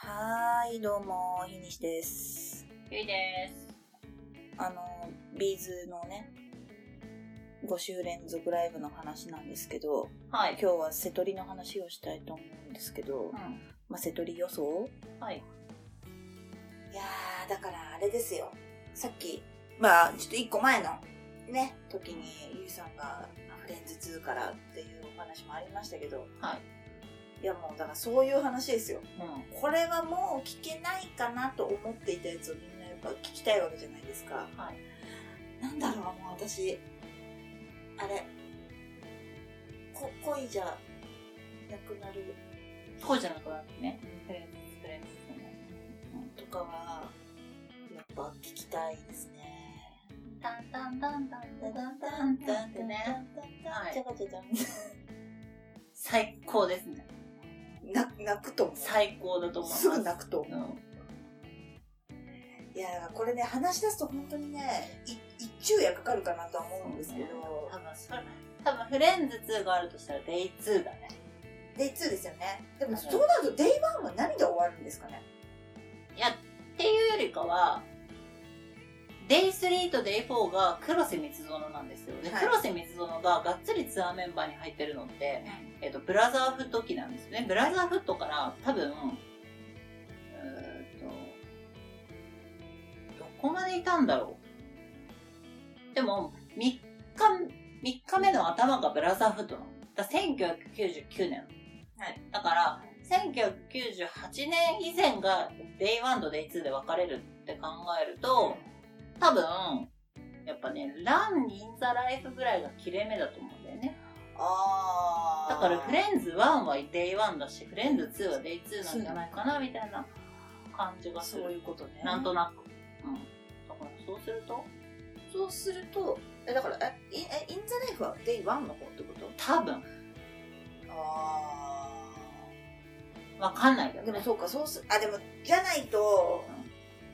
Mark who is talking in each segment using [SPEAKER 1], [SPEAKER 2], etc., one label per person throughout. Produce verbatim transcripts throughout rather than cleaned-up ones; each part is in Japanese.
[SPEAKER 1] はーい、どうも、ひにしです。
[SPEAKER 2] ゆいです。
[SPEAKER 1] あの、ビーズのね、ご週連続ライブの話なんですけど、
[SPEAKER 2] はい。
[SPEAKER 1] 今日は瀬戸りの話をしたいと思うんですけど、うん、まあ、瀬戸り予想？
[SPEAKER 2] はい。
[SPEAKER 1] いやー、だからあれですよ。さっき、まあ、ちょっと一個前のね、時にゆいさんがフレンズツーからっていうお話もありましたけど、
[SPEAKER 2] はい。
[SPEAKER 1] いやもうだからそういう話ですよ、
[SPEAKER 2] うん、
[SPEAKER 1] これはもう聞けないかなと思っていたやつをみんなやっぱ聞きたいわけじゃないですか。
[SPEAKER 2] はい。
[SPEAKER 1] なんだろう、もう私あれこ恋じゃなくなる
[SPEAKER 2] 恋じゃなくなるね、フレンズフレンズね、
[SPEAKER 1] とかはやっぱ聞きたいですね。
[SPEAKER 2] タンタンタンタンタンタンタンタンってね、
[SPEAKER 1] ちゃかちゃちゃ
[SPEAKER 2] 最高ですね。
[SPEAKER 1] 泣くと思う。
[SPEAKER 2] 最高だと思います。
[SPEAKER 1] すぐ泣くと思う、
[SPEAKER 2] うん、
[SPEAKER 1] いやこれね話し出すと本当にねい一昼夜かかるかなとは思うんですけど、ね、
[SPEAKER 2] 多分それ多分フレンズツーがあるとしたらデイツーだね。
[SPEAKER 1] デイツーですよね。でもそうなるとデイワンは何で終わるんですかね。
[SPEAKER 2] いやっていうよりかはデイスリーとデイフォーが黒瀬光園なんですよ。で、はい、黒瀬光園ががっつりツアーメンバーに入ってるのって、えーと、ブラザーフット期なんですね。ブラザーフットから多分、うーんと、どこまでいたんだろう。でも、みっか、みっかめの頭がブラザーフットなの。だせんきゅうひゃくきゅうじゅうきゅうねん。はい。だから、せんきゅうひゃくきゅうじゅうはちねん以前がデイワンとデイツーで分かれるって考えると、多分、やっぱね、ラン・イン・ザ・ライフぐらいが切れ目だと思うんだよね。
[SPEAKER 1] あ
[SPEAKER 2] だからフレンズワンはデイワンだし、フレンズツーはデイツーなんじゃないかな、みたいな感じがする。
[SPEAKER 1] そういうことね。
[SPEAKER 2] なんとなく。うん。だからそうすると
[SPEAKER 1] そうすると、え、だから、え、イン・ザ・ライフはデイワンの方ってこと？
[SPEAKER 2] 多分。
[SPEAKER 1] あ
[SPEAKER 2] ー。わかんないけどね。
[SPEAKER 1] でもそうか、そうす、あ、でも、じゃないと、うん、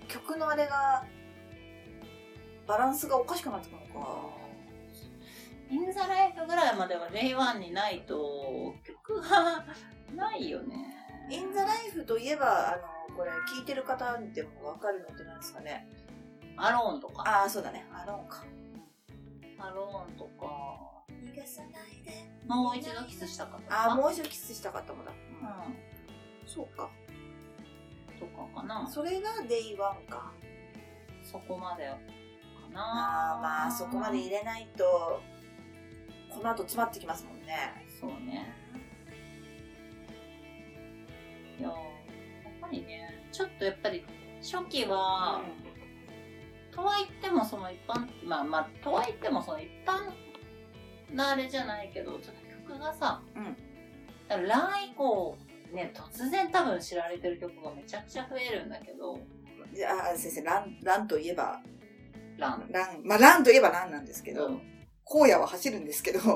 [SPEAKER 1] 曲のあれが、バランスがおかしくなってくるのか。
[SPEAKER 2] インザライフぐらいまではデイワンにないと曲がないよね。
[SPEAKER 1] インザライフといえば、あの、これ聞いてる方でもわかるのってなんですかね。
[SPEAKER 2] アローンとか。
[SPEAKER 1] ああ、そうだね。アローンか。
[SPEAKER 2] アローンとか。
[SPEAKER 1] 逃がさないで。
[SPEAKER 2] もう一度キスしたかった。
[SPEAKER 1] ああ、もう一度キスしたかったもんだ。
[SPEAKER 2] うん。
[SPEAKER 1] そうか。
[SPEAKER 2] とかかな。
[SPEAKER 1] それがデイワンか。
[SPEAKER 2] そこまでかな。
[SPEAKER 1] ああ、まあそこまで入れないとこの後詰まってきますもんね。
[SPEAKER 2] そうね。いややっぱりね、ちょっとやっぱり初期は、うん、とは言ってもその一般まあまあとは言ってもその一般なあれじゃないけど、ちょっと曲がさ、うん、だからラン以降ね、突然多分知られてる曲がめちゃくちゃ増えるんだけど、
[SPEAKER 1] いや先生、ラン、ランといえば
[SPEAKER 2] ラン。
[SPEAKER 1] ラン。まあ、ランといえばランなんですけど、うん、荒野は走るんですけど。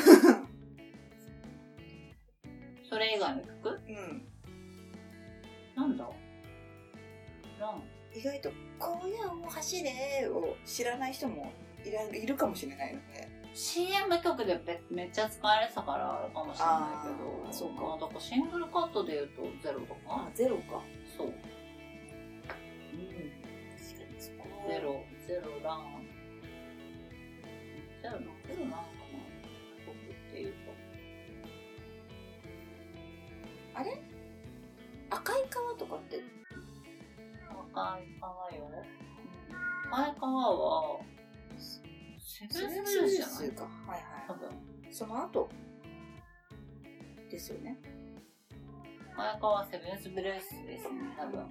[SPEAKER 2] それ以外の曲？うん。なんだラン。
[SPEAKER 1] 意外と、荒野を走れを知らない人もいらいるかもしれないので。
[SPEAKER 2] シーエム 曲でめっちゃ使われてたからあるかもしれないけど。
[SPEAKER 1] そうか。
[SPEAKER 2] まあ、だからシングルカットで言うとゼロとか。
[SPEAKER 1] あ、ゼロか。
[SPEAKER 2] そう。ゼロ、ゼロラン。ゼロ、ゼロランかな僕っていうと。
[SPEAKER 1] あれ赤い川とかって
[SPEAKER 2] 赤い川よ。赤い川は、セブンスブルースじゃないか。
[SPEAKER 1] はいはい。
[SPEAKER 2] 多分。
[SPEAKER 1] その後ですよね。
[SPEAKER 2] 赤い川はセブンスブルースですね、多分。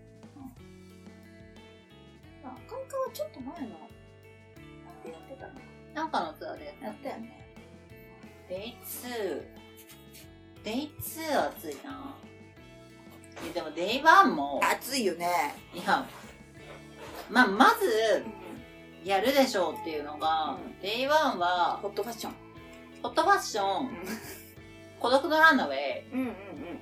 [SPEAKER 1] 赤い川ちょっと前のでやってたね。
[SPEAKER 2] なんかのツアーでや
[SPEAKER 1] ったよね。
[SPEAKER 2] デイツー。デイツー暑いな。でもデイワンも
[SPEAKER 1] 暑いよね。
[SPEAKER 2] いや、まあまずやるでしょうっていうのが、うん、デイワンは
[SPEAKER 1] ホットファッション。
[SPEAKER 2] ホットファッション。孤独のランナウェイ。
[SPEAKER 1] うんうんうん。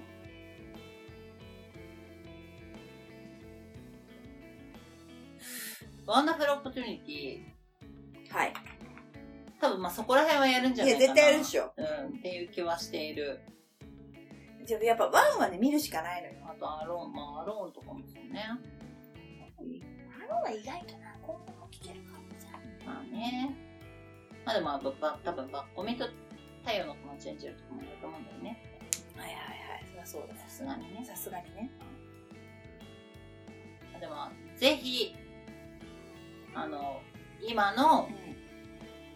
[SPEAKER 2] ワンダフルオポチュニティ。
[SPEAKER 1] はい。
[SPEAKER 2] 多分まあそこら辺はやるんじゃないかな。
[SPEAKER 1] いや絶対やるでしょ。
[SPEAKER 2] うんっていう気はしている。
[SPEAKER 1] じゃあやっぱワンはね見るしかないのよ。
[SPEAKER 2] あとアローン、まあアローンとかもそうね。
[SPEAKER 1] アローンは意外とな今後も聞けるかもしれない。
[SPEAKER 2] まあね。まあでもば多分バッコミと太陽の友達エンジェルとかもいると思うんだよね。
[SPEAKER 1] はいはいはい。そりゃそうだ。
[SPEAKER 2] さすがにね。
[SPEAKER 1] さすがにね。
[SPEAKER 2] でもぜひあの今の、うん、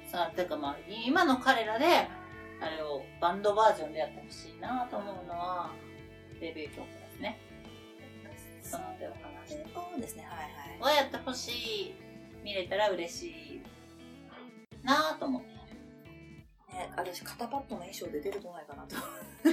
[SPEAKER 2] さてかまあ今の彼らであれをバンドバージョンでやってほしいなと思うのはデビュー曲ですね。その手を話して
[SPEAKER 1] そうですね、はい
[SPEAKER 2] はい。をやってほしい、見れたら嬉しいなと思っている。
[SPEAKER 1] ね、私肩パッドの衣装で出てこないかなと。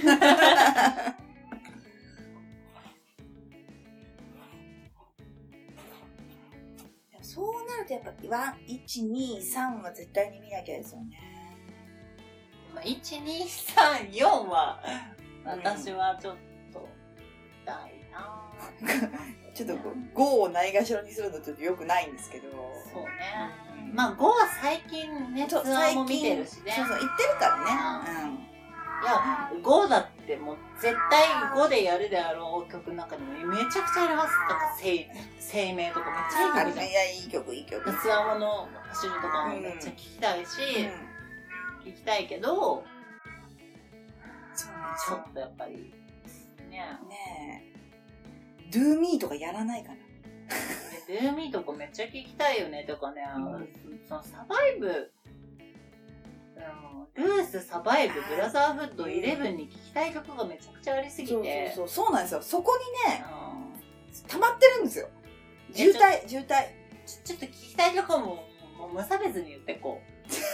[SPEAKER 1] そうなるとやっぱいち、に、さんは絶対に見なきゃですよね。
[SPEAKER 2] いち、に、さん、よんは私はちょっと大な
[SPEAKER 1] ちょっとごをないがしろにするのちょっと良くないんですけど。
[SPEAKER 2] そうね。まあごは最近ね、ツアーも見てるしね。
[SPEAKER 1] そうそう、言ってるからね。うん。
[SPEAKER 2] いや、ごだってもう絶対ごでやるであろう曲の中にもめちゃくちゃあります。だから生、生命とかめっちゃいい曲じゃん。
[SPEAKER 1] いや、いい曲、いい曲。
[SPEAKER 2] ツアーもの走るとかもめっちゃ聴きたいし、うん、聴きたいけど、そうね、ちょっとやっぱり、ねえ。
[SPEAKER 1] ねえ。Do Me とかやらないかな。
[SPEAKER 2] Do Me とかめっちゃ聴きたいよね。とかね、うん、そのサバイブ、ルース、サバイブ、ブラザーフッド、イレブンに聴きたい曲がめちゃくちゃありすぎて。
[SPEAKER 1] そうそうそう、そうなんですよ。そこにね、うん、溜まってるんですよ。渋滞、渋滞。
[SPEAKER 2] ち, ちょっと聞きたい曲も、もう無差別に言ってこ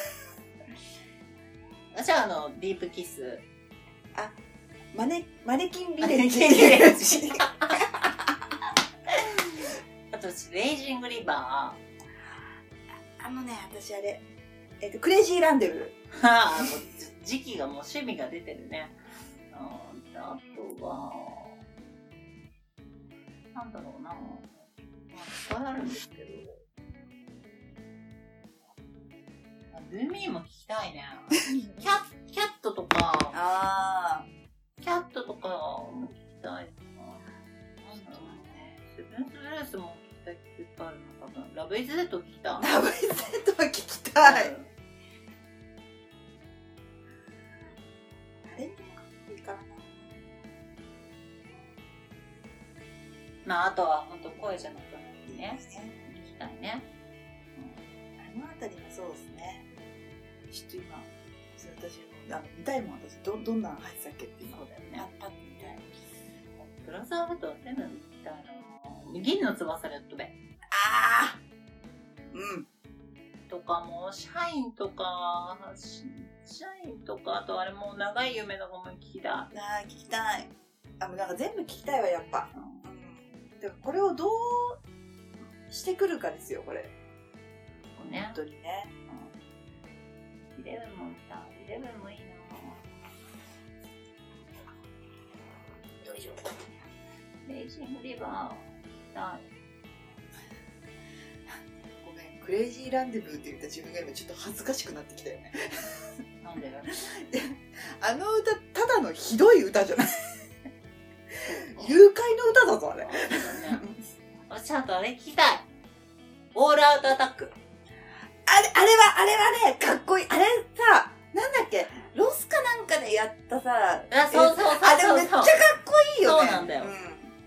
[SPEAKER 2] う。私はあの、ディープキス。
[SPEAKER 1] あ、マネ、マネキンビレッジ。
[SPEAKER 2] あと、レイジングリバー。
[SPEAKER 1] あのね、私あれ、えっと、クレイジーランデブー。
[SPEAKER 2] はあ、もう時期がもう趣味が出てるね。あ, あとは、なんだろうな。まあ、いっぱいあるんですけど。ルミーも聞きたいね。キャッ、キャットとか、
[SPEAKER 1] あ
[SPEAKER 2] キャットとかも聞きたいな。なんだろうね。セブンスブルースも聞きたいっていっぱいあるの多分。ラブイズデッド聞きたい。
[SPEAKER 1] ラブイズデッドは聞きたい。うん、あれいいかな。
[SPEAKER 2] まあ、あとは本当声じゃなくてね。聞きたいね。
[SPEAKER 1] うん、あのあたりもそうですね。ちょっと今、私あの見たいもん、私どどんなの入ってたっけって今
[SPEAKER 2] そうだよね。
[SPEAKER 1] パッと見たい。
[SPEAKER 2] ブラザーフットは全部見たいな。銀の翼で飛べ。
[SPEAKER 1] ああ。うん。
[SPEAKER 2] とかもシャインとかシャインとかあとあれも長い夢の方も聞きたい。
[SPEAKER 1] ああ聞きたい。あもうなんか全部聞きたいわやっぱ。うん。でもこれをどうしてくるかですよこれ。ね、本当にね。
[SPEAKER 2] イレブンも見た。イレブンもいいな。
[SPEAKER 1] よいしょ。
[SPEAKER 2] レイジングリバー見たい。
[SPEAKER 1] ごめん、クレイジーランデブーって言った自分が今ちょっと恥ずかしくなってきたよね。
[SPEAKER 2] なんで？
[SPEAKER 1] あの歌ただのひどい歌じゃない。誘拐の歌だぞあれ。
[SPEAKER 2] 私ちゃんとあれ聞きたい。オールアウトアタック。
[SPEAKER 1] あれ、あれは、あれはね、かっこいい。あれさ、なんだっけ、ロスかなんかでやったさ、
[SPEAKER 2] あ、そうそうそうそう。
[SPEAKER 1] あれめっちゃかっこいいよね。
[SPEAKER 2] そうなんだよ。うん、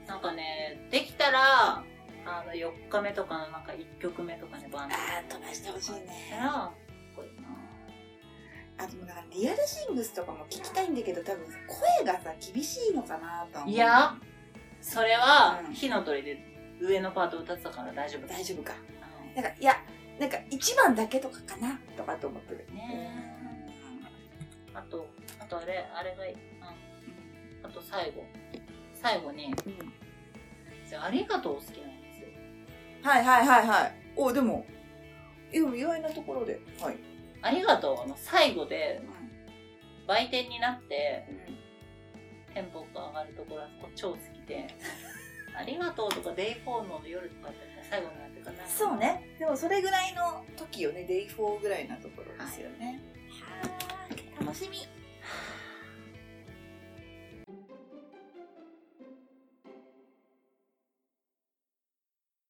[SPEAKER 2] なんかね、できたら、あの、よっかめとかのなんかいっきょくめとかにバンド。
[SPEAKER 1] あー、飛ばしてほしいね。
[SPEAKER 2] ら、かっこいいな。
[SPEAKER 1] あとなんかリアルシングスとかも聞きたいんだけど、多分声がさ、厳しいのかなと思う。
[SPEAKER 2] いや、それは、うん、火の鳥で上のパート歌ってたから大丈夫。
[SPEAKER 1] 大丈夫か。なんか、いや、なんかいちばんだけとかかなとかと思ってる
[SPEAKER 2] ね。あと、あとあれ、あれがいい。うん、あと最後。最後に、うん、じゃあ、ありがとう好きなんですよ。
[SPEAKER 1] はいはいはいはい。お、でも、意外なところで。はい。
[SPEAKER 2] ありがとうの最後で、うん、売店になって、うん、テンポが上がるところは超好きで、ありがとうとかデイフォーの夜とかって最後になってかな。
[SPEAKER 1] そうね。でもそれぐらいの時よね。デイフォーぐらいなところですよね。はー、楽しみ。